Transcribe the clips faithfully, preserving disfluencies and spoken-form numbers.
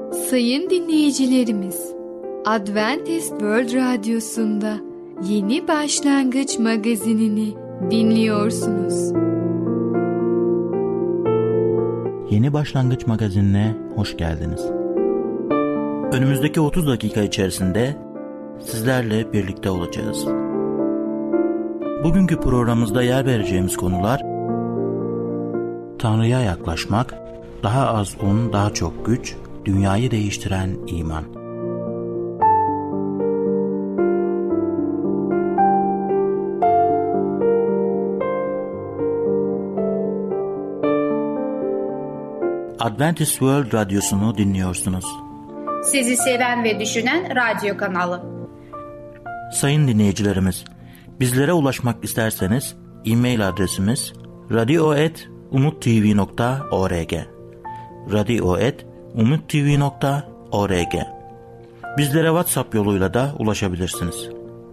Sayın dinleyicilerimiz, Adventist World Radyosu'nda Yeni Başlangıç Magazinini dinliyorsunuz. Yeni Başlangıç Magazinine hoş geldiniz. Önümüzdeki otuz dakika içerisinde sizlerle birlikte olacağız. Bugünkü programımızda yer vereceğimiz konular: Tanrı'ya yaklaşmak, daha az un, daha çok güç, dünyayı değiştiren iman. Adventist World Radyosu'nu dinliyorsunuz. Sizi seven ve düşünen radyo kanalı. Sayın dinleyicilerimiz, bizlere ulaşmak isterseniz e-mail adresimiz radio et umuttv nokta org radio et umuttv nokta org. Bizlere WhatsApp yoluyla da ulaşabilirsiniz.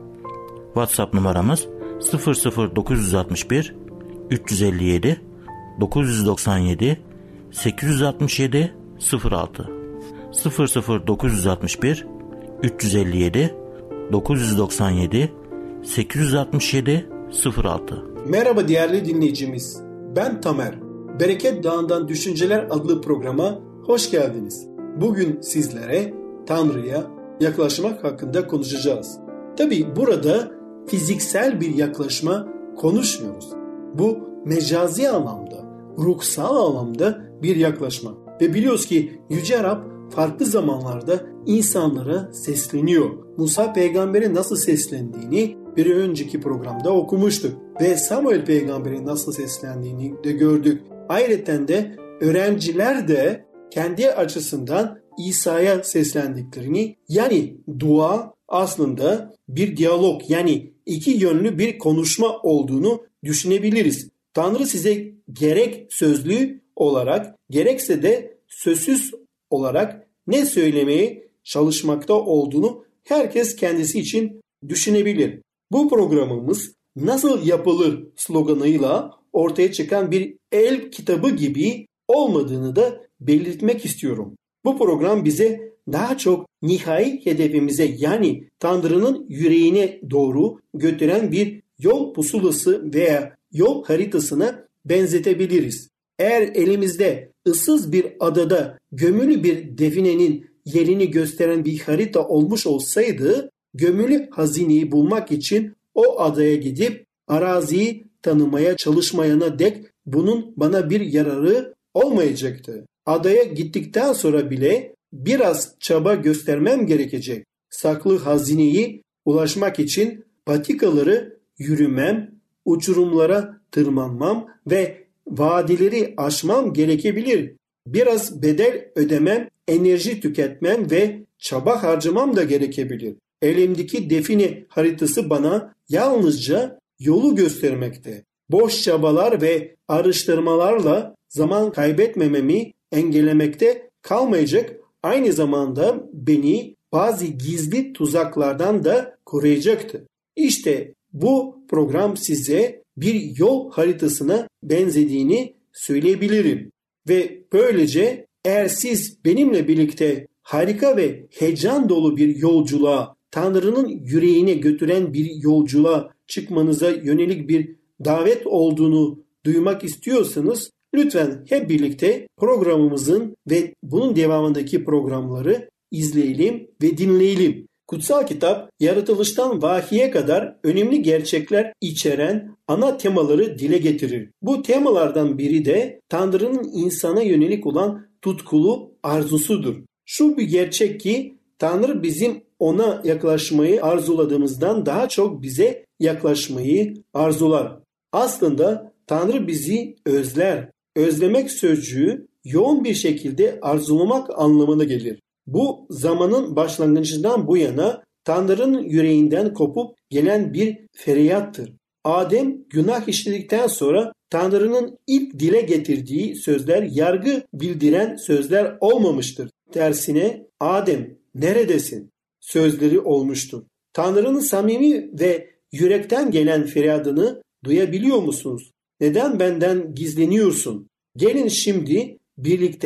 WhatsApp numaramız sıfır sıfır dokuz altı bir üç yüz elli yedi dokuz doksan yedi sekiz yüz altmış yedi sıfır altı sıfır sıfır dokuz altı bir üç yüz elli yedi dokuz doksan yedi sekiz yüz altmış yedi sıfır altı. Merhaba değerli dinleyicimiz. Ben Tamer. Bereket Dağı'ndan Düşünceler adlı programa hoş geldiniz. Bugün sizlere Tanrı'ya yaklaşmak hakkında konuşacağız. Tabii burada fiziksel bir yaklaşma konuşmuyoruz. Bu mecazi anlamda, ruhsal anlamda bir yaklaşma. Ve biliyoruz ki Yüce Rab farklı zamanlarda insanlara sesleniyor. Musa peygambere nasıl seslendiğini bir önceki programda okumuştuk. Ve Samuel peygamberin nasıl seslendiğini de gördük. Ayrıca de öğrenciler de kendi açısından İsa'ya seslendiklerini, yani dua aslında bir diyalog, yani iki yönlü bir konuşma olduğunu düşünebiliriz. Tanrı size gerek sözlü olarak gerekse de sözsüz olarak ne söylemeye çalışmakta olduğunu herkes kendisi için düşünebilir. Bu programımız nasıl yapılır sloganıyla ortaya çıkan bir el kitabı gibi olmadığını da belirtmek istiyorum. Bu program bize daha çok nihai hedefimize, yani Tanrı'nın yüreğine doğru götüren bir yol pusulası veya yol haritasına benzetebiliriz. Eğer elimizde ıssız bir adada gömülü bir definenin yerini gösteren bir harita olmuş olsaydı, gömülü hazineyi bulmak için o adaya gidip araziyi tanımaya çalışmayana dek bunun bana bir yararı olmayacaktı. Adaya gittikten sonra bile biraz çaba göstermem gerekecek. Saklı hazineyi ulaşmak için patikaları yürümem, uçurumlara tırmanmam ve vadileri aşmam gerekebilir. Biraz bedel ödemem, enerji tüketmem ve çaba harcamam da gerekebilir. Elimdeki define haritası bana yalnızca yolu göstermekte. Boş çabalar ve araştırmalarla zaman kaybetmememi engellemekte kalmayacak, aynı zamanda beni bazı gizli tuzaklardan da koruyacaktı. İşte bu program size bir yol haritasına benzediğini söyleyebilirim. Ve böylece eğer siz benimle birlikte harika ve heyecan dolu bir yolculuğa, Tanrı'nın yüreğine götüren bir yolculuğa çıkmanıza yönelik bir davet olduğunu duymak istiyorsanız, lütfen hep birlikte programımızın ve bunun devamındaki programları izleyelim ve dinleyelim. Kutsal kitap, yaratılıştan vahiye kadar önemli gerçekler içeren ana temaları dile getirir. Bu temalardan biri de Tanrı'nın insana yönelik olan tutkulu arzusudur. Şu bir gerçek ki Tanrı bizim ona yaklaşmayı arzuladığımızdan daha çok bize yaklaşmayı arzular. Aslında Tanrı bizi özler. Özlemek sözcüğü yoğun bir şekilde arzulamak anlamına gelir. Bu zamanın başlangıcından bu yana Tanrı'nın yüreğinden kopup gelen bir feryattır. Adem günah işledikten sonra Tanrı'nın ilk dile getirdiği sözler yargı bildiren sözler olmamıştır. Tersine Adem neredesin sözleri olmuştur. Tanrı'nın samimi ve yürekten gelen feryadını duyabiliyor musunuz? Neden benden gizleniyorsun? Gelin şimdi birlikte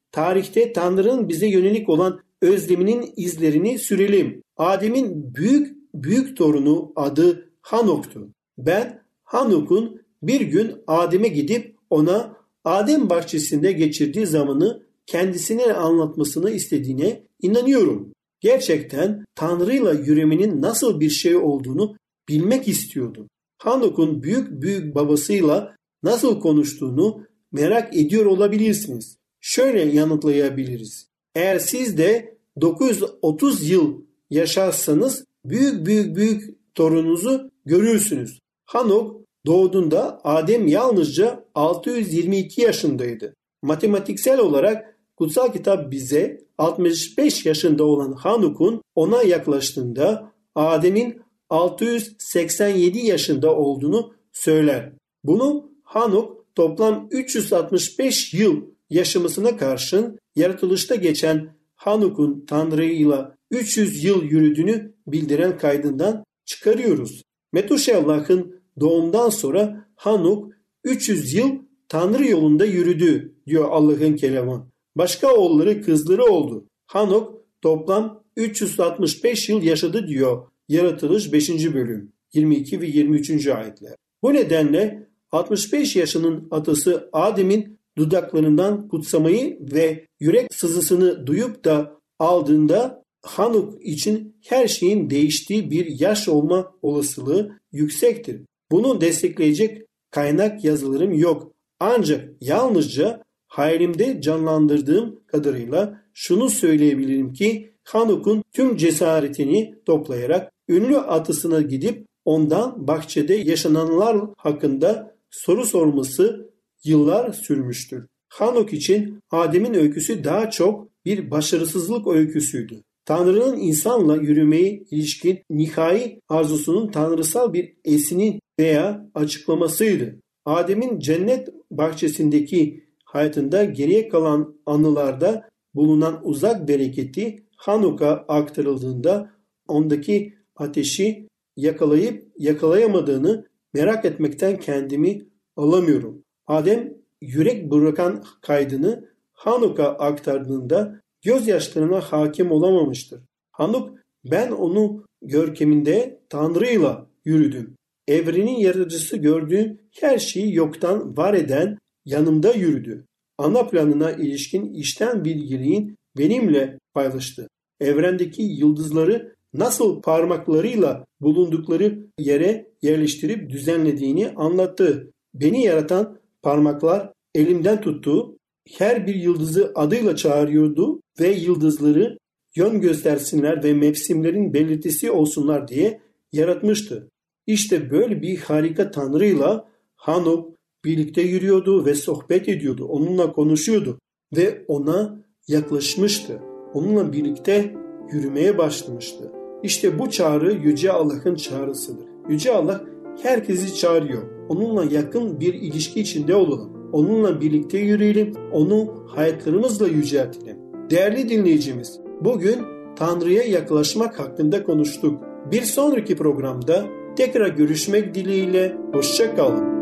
tarihte Tanrı'nın bize yönelik olan özleminin izlerini sürelim. Adem'in büyük büyük torunu adı Hanok'tu. Ben Hanok'un bir gün Adem'e gidip ona Adem bahçesinde geçirdiği zamanı kendisine anlatmasını istediğine inanıyorum. Gerçekten Tanrı'yla yürümenin nasıl bir şey olduğunu bilmek istiyordu. Hanok'un büyük büyük babasıyla nasıl konuştuğunu merak ediyor olabilirsiniz. Şöyle yanıtlayabiliriz. Eğer siz de dokuz yüz otuz yıl yaşarsanız büyük büyük büyük torununuzu görürsünüz. Hanok doğduğunda Adem yalnızca altı yüz yirmi iki yaşındaydı. Matematiksel olarak kutsal kitap bize altmış beş yaşında olan Hanok'un ona yaklaştığında Adem'in altı yüz seksen yedi yaşında olduğunu söyler. Bunu Hanok toplam üç yüz altmış beş yıl yaşamasına karşın yaratılışta geçen Hanok'un Tanrı'yla üç yüz yıl yürüdüğünü bildiren kaydından çıkarıyoruz. Metuşellah'ın doğumdan sonra Hanok üç yüz yıl Tanrı yolunda yürüdü diyor Allah'ın kelamı. Başka oğulları kızları oldu. Hanok toplam üç yüz altmış beş yıl yaşadı diyor Yaratılış beşinci bölüm yirmi iki ve yirmi üçüncü ayetler. Bu nedenle altmış beş yaşının atası Adem'in dudaklarından kutsamayı ve yürek sızısını duyup da aldığında Hanok için her şeyin değiştiği bir yaş olma olasılığı yüksektir. Bunu destekleyecek kaynak yazılarım yok. Ancak yalnızca hayalimde canlandırdığım kadarıyla şunu söyleyebilirim ki Hanok'un tüm cesaretini toplayarak ünlü atısına gidip ondan bahçede yaşananlar hakkında soru sorması yıllar sürmüştür. Hanok için Adem'in öyküsü daha çok bir başarısızlık öyküsüydü. Tanrı'nın insanla yürümeye ilişkin nihai arzusunun tanrısal bir esini veya açıklamasıydı. Adem'in cennet bahçesindeki hayatında geriye kalan anılarda bulunan uzak bereketi Hanok'a aktarıldığında ondaki ateşi yakalayıp yakalayamadığını merak etmekten kendimi alamıyorum. Adem yürek bırakan kaydını Hanok'a aktardığında gözyaşlarına hakim olamamıştır. Hanok, ben onu görkeminde Tanrı'yla yürüdüm. Evrenin yaratıcısı gördüğüm her şeyi yoktan var eden yanımda yürüdü. Ana planına ilişkin işten bilgiliğin benimle paylaştı. Evrendeki yıldızları nasıl parmaklarıyla bulundukları yere yerleştirip düzenlediğini anlattı. Beni yaratan parmaklar elimden tuttu. Her bir yıldızı adıyla çağırıyordu ve yıldızları yön göstersinler ve mevsimlerin belirtisi olsunlar diye yaratmıştı. İşte böyle bir harika Tanrı'yla Hanok birlikte yürüyordu ve sohbet ediyordu. Onunla konuşuyordu ve ona yaklaşmıştı. Onunla birlikte yürümeye başlamıştı. İşte bu çağrı Yüce Allah'ın çağrısıdır. Yüce Allah herkesi çağırıyor. Onunla yakın bir ilişki içinde olalım. Onunla birlikte yürüyelim. Onu hayatlarımızla yüceltelim. Değerli dinleyicimiz, bugün Tanrı'ya yaklaşmak hakkında konuştuk. Bir sonraki programda tekrar görüşmek dileğiyle. Hoşça kalın.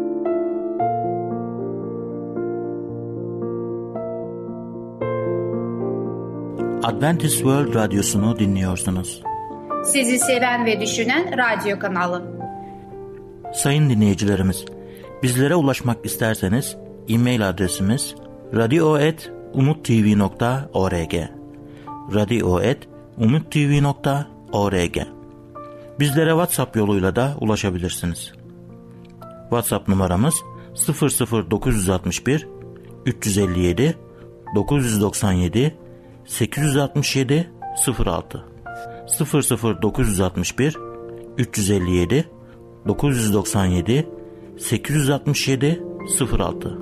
Adventist World Radyosu'nu dinliyorsunuz. Sizi seven ve düşünen radyo kanalı. Sayın dinleyicilerimiz, bizlere ulaşmak isterseniz e-mail adresimiz radio et umuttv nokta org radio et umuttv nokta org. Bizlere WhatsApp yoluyla da ulaşabilirsiniz. WhatsApp numaramız sıfır sıfır dokuz altı bir üç yüz elli yedi dokuz yüz doksan yedi sekiz yüz altmış yedi sıfır altı sıfır sıfır dokuz altı bir üç yüz elli yedi dokuz yüz doksan yedi sekiz yüz altmış yedi sıfır altı.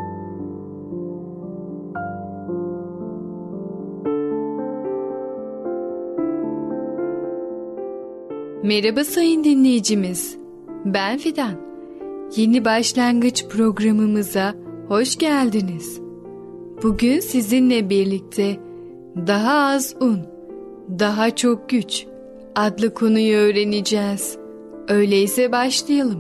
Merhaba sayın dinleyicimiz. Ben Fidan. Yeni başlangıç programımıza hoş geldiniz. Bugün sizinle birlikte daha az un, daha çok güç adlı konuyu öğreneceğiz. Öyleyse başlayalım.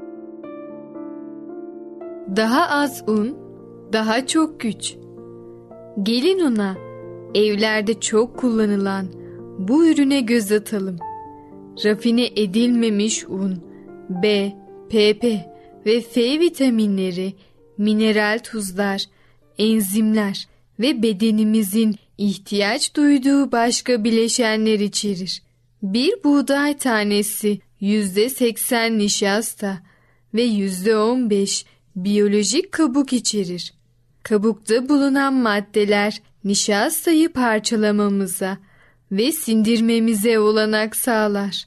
Daha az un, daha çok güç. Gelin ona evlerde çok kullanılan bu ürüne göz atalım. Rafine edilmemiş un, B, P P ve F vitaminleri, mineral tuzlar, enzimler ve bedenimizin ihtiyaç duyduğu başka bileşenler içerir. Bir buğday tanesi yüzde seksen nişasta ve yüzde on beş biyolojik kabuk içerir. Kabukta bulunan maddeler nişastayı parçalamamıza ve sindirmemize olanak sağlar.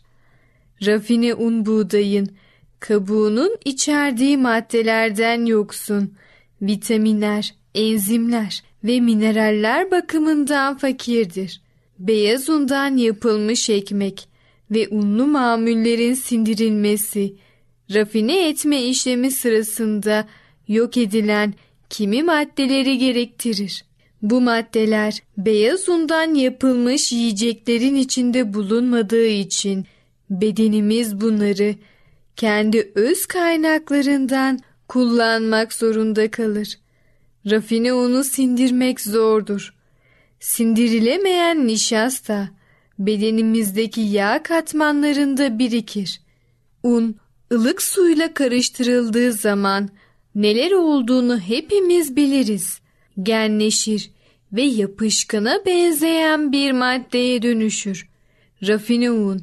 Rafine un buğdayın kabuğunun içerdiği maddelerden yoksun, vitaminler, enzimler ve mineraller bakımından fakirdir. Beyaz undan yapılmış ekmek ve unlu mamullerin sindirilmesi, rafine etme işlemi sırasında yok edilen kimi maddeleri gerektirir. Bu maddeler beyaz undan yapılmış yiyeceklerin içinde bulunmadığı için bedenimiz bunları kendi öz kaynaklarından kullanmak zorunda kalır. Rafine unu sindirmek zordur. Sindirilemeyen nişasta bedenimizdeki yağ katmanlarında birikir. Un ılık suyla karıştırıldığı zaman neler olduğunu hepimiz biliriz. Genleşir ve yapışkana benzeyen bir maddeye dönüşür. Rafine un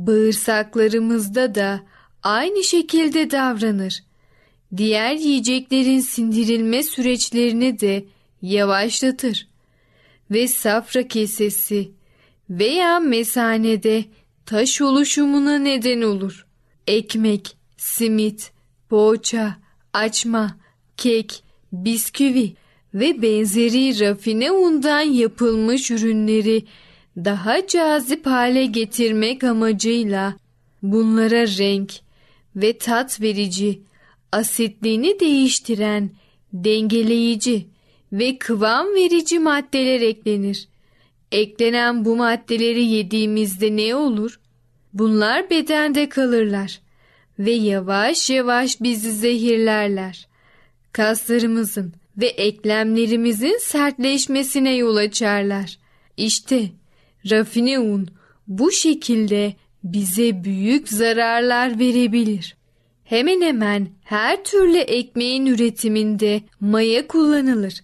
bağırsaklarımızda da aynı şekilde davranır. Diğer yiyeceklerin sindirilme süreçlerini de yavaşlatır ve safra kesesi veya mesanede taş oluşumuna neden olur. Ekmek, simit, poğaça, açma, kek, bisküvi ve benzeri rafine undan yapılmış ürünleri daha cazip hale getirmek amacıyla bunlara renk ve tat verici, asitliğini değiştiren, dengeleyici ve kıvam verici maddeler eklenir. Eklenen bu maddeleri yediğimizde ne olur? Bunlar bedende kalırlar ve yavaş yavaş bizi zehirlerler. Kaslarımızın ve eklemlerimizin sertleşmesine yol açarlar. İşte rafine un bu şekilde bize büyük zararlar verebilir. Hemen hemen her türlü ekmeğin üretiminde maya kullanılır.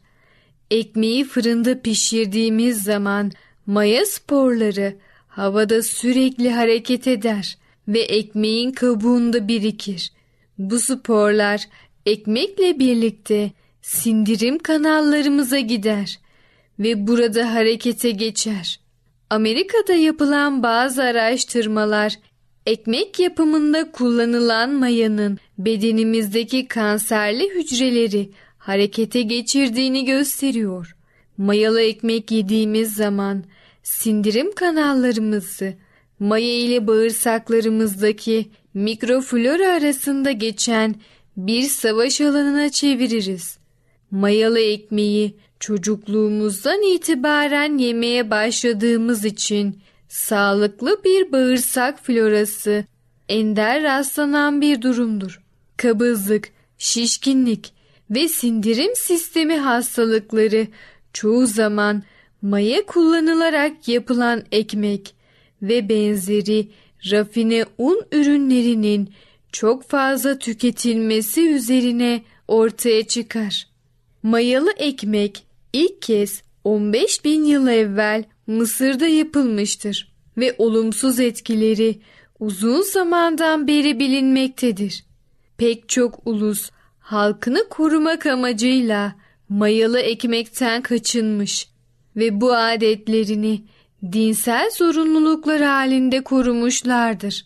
Ekmeği fırında pişirdiğimiz zaman maya sporları havada sürekli hareket eder ve ekmeğin kabuğunda birikir. Bu sporlar ekmekle birlikte sindirim kanallarımıza gider ve burada harekete geçer. Amerika'da yapılan bazı araştırmalar ekmek yapımında kullanılan mayanın bedenimizdeki kanserli hücreleri harekete geçirdiğini gösteriyor. Mayalı ekmek yediğimiz zaman sindirim kanallarımızı maya ile bağırsaklarımızdaki mikroflora arasında geçen bir savaş alanına çeviririz. Mayalı ekmeği çocukluğumuzdan itibaren yemeye başladığımız için sağlıklı bir bağırsak florası ender rastlanan bir durumdur. Kabızlık, şişkinlik ve sindirim sistemi hastalıkları çoğu zaman maya kullanılarak yapılan ekmek ve benzeri rafine un ürünlerinin çok fazla tüketilmesi üzerine ortaya çıkar. Mayalı ekmek ilk kez on beş bin yıl evvel Mısır'da yapılmıştır ve olumsuz etkileri uzun zamandan beri bilinmektedir. Pek çok ulus halkını korumak amacıyla mayalı ekmekten kaçınmış ve bu adetlerini dinsel zorunluluklar halinde korumuşlardır.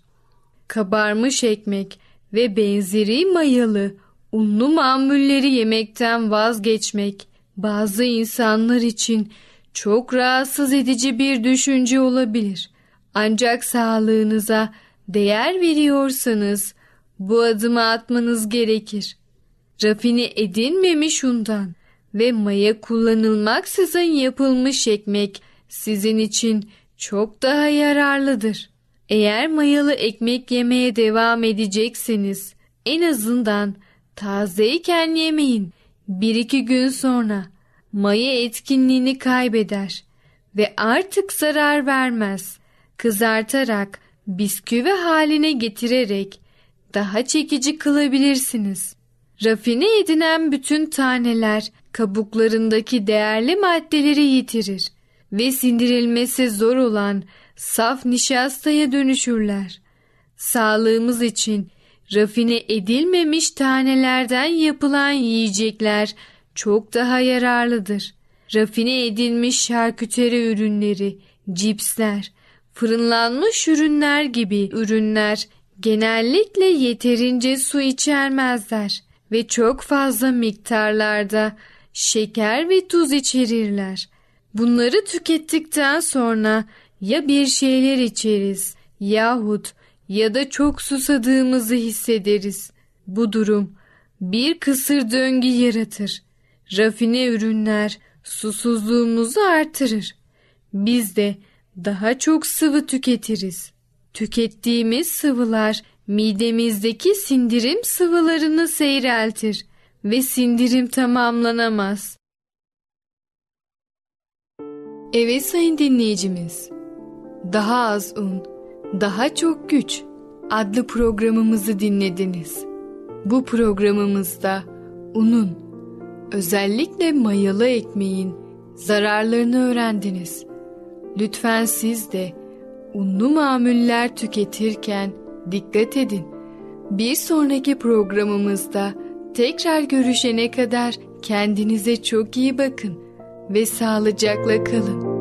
Kabarmış ekmek ve benzeri mayalı, unlu mamulleri yemekten vazgeçmek bazı insanlar için çok rahatsız edici bir düşünce olabilir. Ancak sağlığınıza değer veriyorsanız bu adımı atmanız gerekir. Rafine edilmemiş undan ve maya kullanılmaksızın yapılmış ekmek sizin için çok daha yararlıdır. Eğer mayalı ekmek yemeye devam edecekseniz en azından tazeyken yemeyin. Bir iki gün sonra maya etkinliğini kaybeder ve artık zarar vermez. Kızartarak bisküvi haline getirerek daha çekici kılabilirsiniz. Rafine edilen bütün taneler kabuklarındaki değerli maddeleri yitirir ve sindirilmesi zor olan saf nişastaya dönüşürler. Sağlığımız için rafine edilmemiş tanelerden yapılan yiyecekler çok daha yararlıdır. Rafine edilmiş şarküteri ürünleri, cipsler, fırınlanmış ürünler gibi ürünler genellikle yeterince su içermezler ve çok fazla miktarlarda şeker ve tuz içerirler. Bunları tükettikten sonra ya bir şeyler içeriz yahut ya da çok susadığımızı hissederiz. Bu durum bir kısır döngü yaratır. Rafine ürünler susuzluğumuzu artırır. Biz de daha çok sıvı tüketiriz. Tükettiğimiz sıvılar midemizdeki sindirim sıvılarını seyreltir ve sindirim tamamlanamaz. Evet sayın dinleyicimiz, Daha az un, daha çok güç adlı programımızı dinlediniz. Bu programımızda unun, özellikle mayalı ekmeğin zararlarını öğrendiniz. Lütfen siz de unlu mamuller tüketirken dikkat edin. Bir sonraki programımızda tekrar görüşene kadar kendinize çok iyi bakın ve sağlıcakla kalın.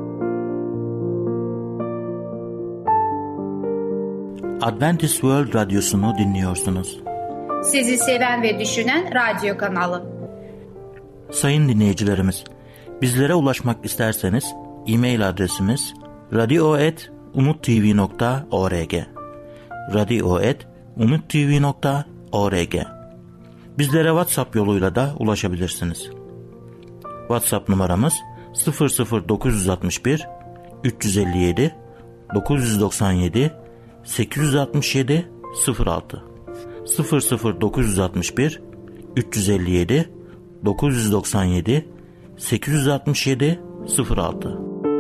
Adventist World Radyosu'nu dinliyorsunuz. Sizi seven ve düşünen radyo kanalı. Sayın dinleyicilerimiz, bizlere ulaşmak isterseniz e-mail adresimiz radio et umuttv nokta org radio et umuttv nokta org. Bizlere WhatsApp yoluyla da ulaşabilirsiniz. WhatsApp numaramız sıfır sıfır dokuz altı bir üç yüz elli yedi dokuz yüz doksan yedi sekiz yüz altmış yedi sıfır altı sıfır sıfır dokuz altı bir üç yüz elli yedi dokuz yüz doksan yedi sekiz yüz altmış yedi sıfır altı.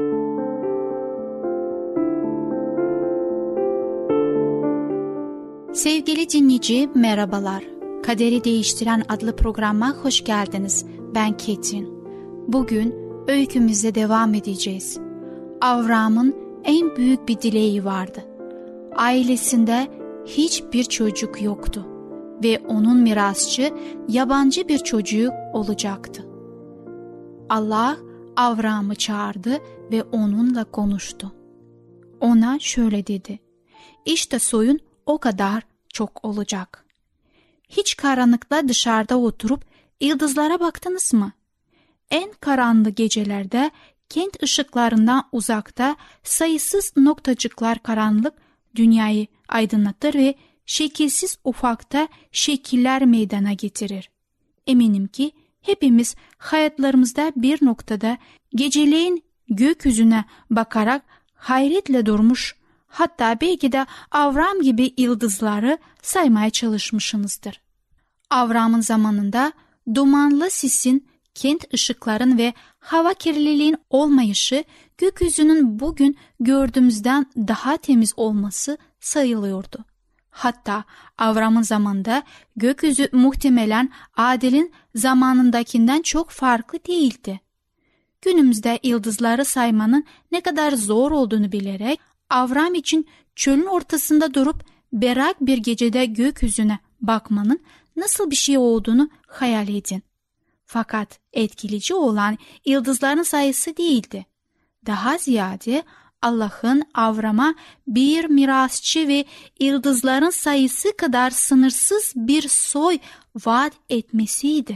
Sevgili dinleyici, merhabalar. Kaderi Değiştiren adlı programa hoş geldiniz. Ben Ketrin. Bugün öykümüze devam edeceğiz. Avram'ın en büyük bir dileği vardı. Ailesinde hiçbir çocuk yoktu ve onun mirasçı yabancı bir çocuğu olacaktı. Allah Avram'ı çağırdı ve onunla konuştu. Ona şöyle dedi: İşte soyun o kadar çok olacak. Hiç karanlıkta dışarıda oturup yıldızlara baktınız mı? En karanlık gecelerde kent ışıklarından uzakta sayısız noktacıklar karanlık dünyayı aydınlatır ve şekilsiz ufakta şekiller meydana getirir. Eminim ki hepimiz hayatlarımızda bir noktada geceleyin gökyüzüne bakarak hayretle durmuş, hatta belki de Avram gibi yıldızları saymaya çalışmışsınızdır. Avram'ın zamanında dumanlı sisin, kent ışıkların ve hava kirliliğin olmayışı gökyüzünün bugün gördüğümüzden daha temiz olması sayılıyordu. Hatta Avram'ın zamanında gökyüzü muhtemelen Adil'in zamanındakinden çok farklı değildi. Günümüzde yıldızları saymanın ne kadar zor olduğunu bilerek Avram için çölün ortasında durup berrak bir gecede gökyüzüne bakmanın nasıl bir şey olduğunu hayal edin. Fakat etkileyici olan yıldızların sayısı değildi. Daha ziyade Allah'ın Avram'a bir mirasçı ve yıldızların sayısı kadar sınırsız bir soy vaat etmesiydi.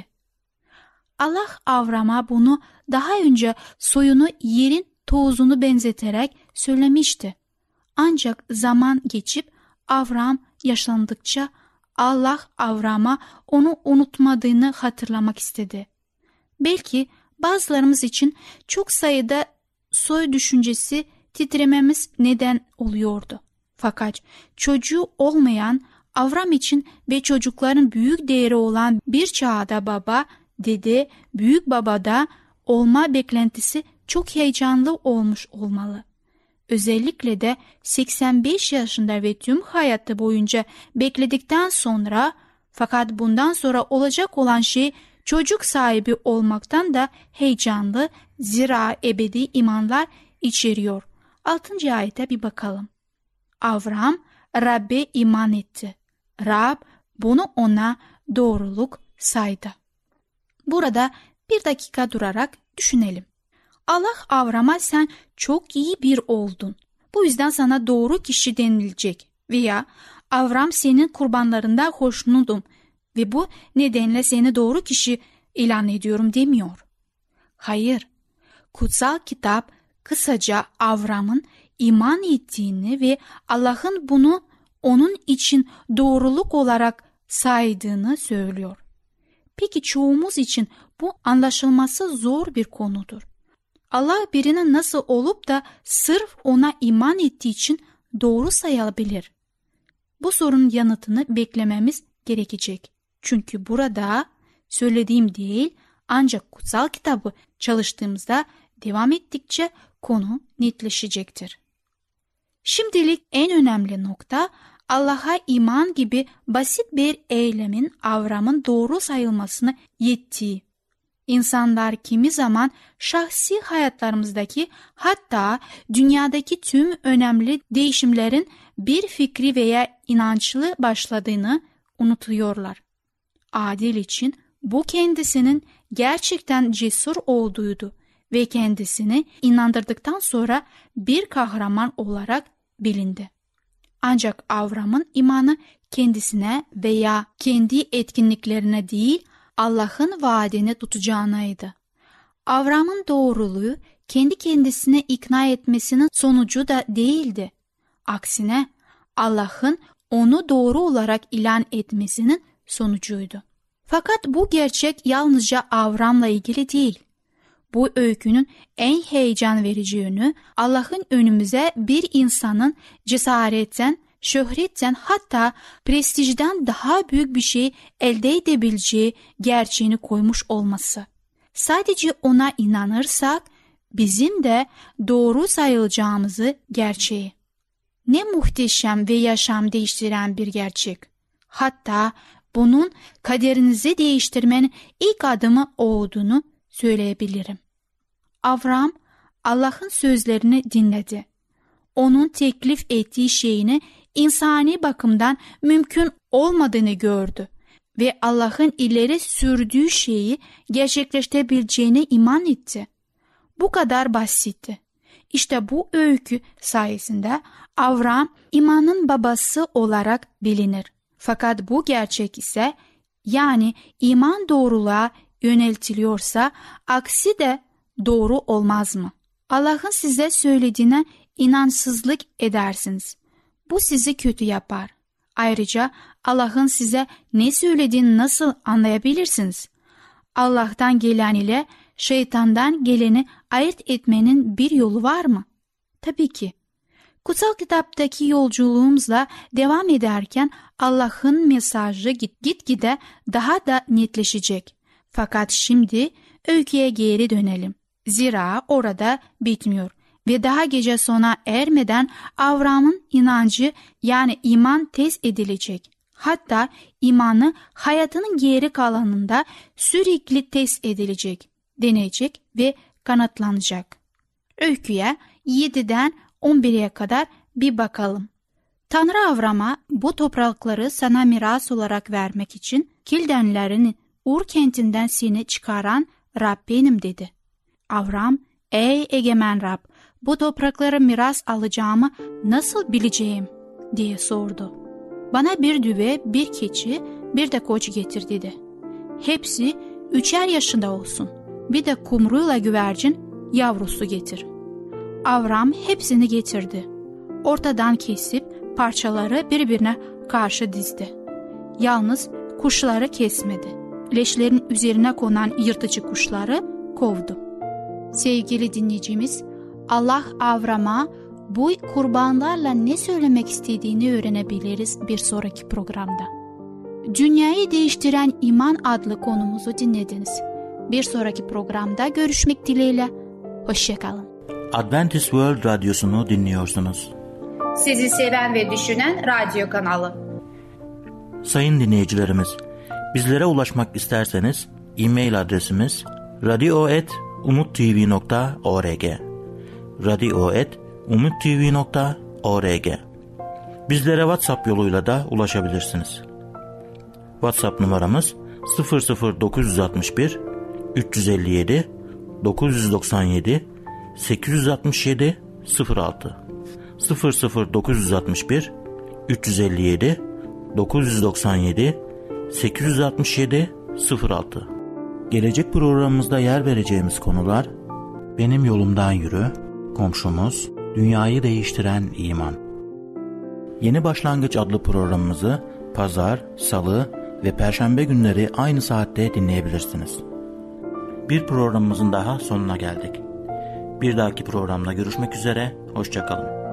Allah Avram'a bunu daha önce soyunu yerin tozunu benzeterek söylemişti. Ancak zaman geçip Avram yaşlandıkça Allah Avram'a onu unutmadığını hatırlamak istedi. Belki bazılarımız için çok sayıda soy düşüncesi titrememiz neden oluyordu. Fakat çocuğu olmayan Avram için ve çocukların büyük değeri olan bir çağda baba, dede, büyük baba da olma beklentisi çok heyecanlı olmuş olmalı. Özellikle de seksen beş yaşında ve tüm hayatı boyunca bekledikten sonra, fakat bundan sonra olacak olan şey çocuk sahibi olmaktan da heyecanlı, zira ebedi imanlar içeriyor. altıncı ayete bir bakalım. Avram Rab'be iman etti. Rab bunu ona doğruluk saydı. Burada bir dakika durarak düşünelim. Allah Avram'a sen çok iyi bir oldun. Bu yüzden sana doğru kişi denilecek. Veya Avram senin kurbanlarında hoşnutum ve bu nedenle seni doğru kişi ilan ediyorum demiyor. Hayır, kutsal kitap kısaca Avram'ın iman ettiğini ve Allah'ın bunu onun için doğruluk olarak saydığını söylüyor. Peki çoğumuz için bu anlaşılması zor bir konudur. Allah birinin nasıl olup da sırf ona iman ettiği için doğru sayılabilir? Bu sorunun yanıtını beklememiz gerekecek. Çünkü burada söylediğim değil, ancak kutsal kitabı çalıştığımızda devam ettikçe konu netleşecektir. Şimdilik en önemli nokta Allah'a iman gibi basit bir eylemin Avram'ın doğru sayılmasına yettiği. İnsanlar kimi zaman şahsi hayatlarımızdaki, hatta dünyadaki tüm önemli değişimlerin bir fikri veya inançlı başladığını unutuyorlar. Adil için bu kendisinin gerçekten cesur olduğuydu ve kendisini inandırdıktan sonra bir kahraman olarak bilindi. Ancak Avram'ın imanı kendisine veya kendi etkinliklerine değil, Allah'ın vaadini tutacağınaydı. Avram'ın doğruluğu kendi kendisine ikna etmesinin sonucu da değildi. Aksine Allah'ın onu doğru olarak ilan etmesinin sonucuydu. Fakat bu gerçek yalnızca Avram'la ilgili değil. Bu öykünün en heyecan verici yönü Allah'ın önümüze bir insanın cesaretten, şöhretten, hatta prestijden daha büyük bir şey elde edebileceği gerçeğini koymuş olması. Sadece ona inanırsak bizim de doğru sayılacağımızı gerçeği. Ne muhteşem ve yaşam değiştiren bir gerçek. Hatta bunun kaderinizi değiştirmenin ilk adımı olduğunu söyleyebilirim. Avram Allah'ın sözlerini dinledi. Onun teklif ettiği şeyini insani bakımdan mümkün olmadığını gördü ve Allah'ın ileri sürdüğü şeyi gerçekleştirebileceğine iman etti. Bu kadar basitti. İşte bu öykü sayesinde Avram imanın babası olarak bilinir. Fakat bu gerçek ise, yani iman doğruluğa yöneltiliyorsa aksi de doğru olmaz mı? Allah'ın size söylediğine inansızlık edersiniz. Bu sizi kötü yapar. Ayrıca Allah'ın size ne söylediğini nasıl anlayabilirsiniz? Allah'tan gelen ile şeytandan geleni ayırt etmenin bir yolu var mı? Tabii ki. Kutsal kitaptaki yolculuğumuzla devam ederken Allah'ın mesajı git gitgide daha da netleşecek. Fakat şimdi öyküye geri dönelim. Zira orada bitmiyor ve daha gece sona ermeden Avram'ın inancı, yani iman test edilecek. Hatta imanı hayatının geri kalanında sürekli test edilecek, deneyecek ve kanıtlanacak. Öyküye yediden on bire kadar bir bakalım. Tanrı Avram'a bu toprakları sana miras olarak vermek için Kildenlerin Ur kentinden seni çıkaran Rab benim dedi. Avram, ey egemen Rab, bu toprakları miras alacağımı nasıl bileceğim diye sordu. Bana bir düve, bir keçi, bir de koç getir dedi. Hepsi üçer yaşında olsun. Bir de kumruyla güvercin yavrusu getir. Avram hepsini getirdi. Ortadan kesip parçaları birbirine karşı dizdi. Yalnız kuşları kesmedi. Leşlerin üzerine konan yırtıcı kuşları kovdu. Sevgili dinleyicimiz, Allah Avram'a bu kurbanlarla ne söylemek istediğini öğrenebiliriz bir sonraki programda. Dünyayı değiştiren iman adlı konumuzu dinlediniz. Bir sonraki programda görüşmek dileğiyle. Hoşçakalın. Adventist World Radyosu'nu dinliyorsunuz. Sizi seven ve düşünen radyo kanalı. Sayın dinleyicilerimiz, bizlere ulaşmak isterseniz e-mail adresimiz radio et umuttv nokta org radio et umuttv nokta org. Bizlere WhatsApp yoluyla da ulaşabilirsiniz. WhatsApp numaramız sıfır sıfır dokuz altı bir üç yüz elli yedi dokuz yüz doksan yedi sekiz yüz altmış yedi sıfır altı sıfır sıfır dokuz altı bir üç yüz elli yedi dokuz yüz doksan yedi sekiz yüz altmış yedi sıfır altı. Gelecek programımızda yer vereceğimiz konular: Benim Yolumdan Yürü, Komşumuz, Dünyayı Değiştiren İman. Yeni Başlangıç adlı programımızı Pazar, Salı ve Perşembe günleri aynı saatte dinleyebilirsiniz. Bir programımızın daha sonuna geldik. Bir dahaki programda görüşmek üzere, hoşça kalın.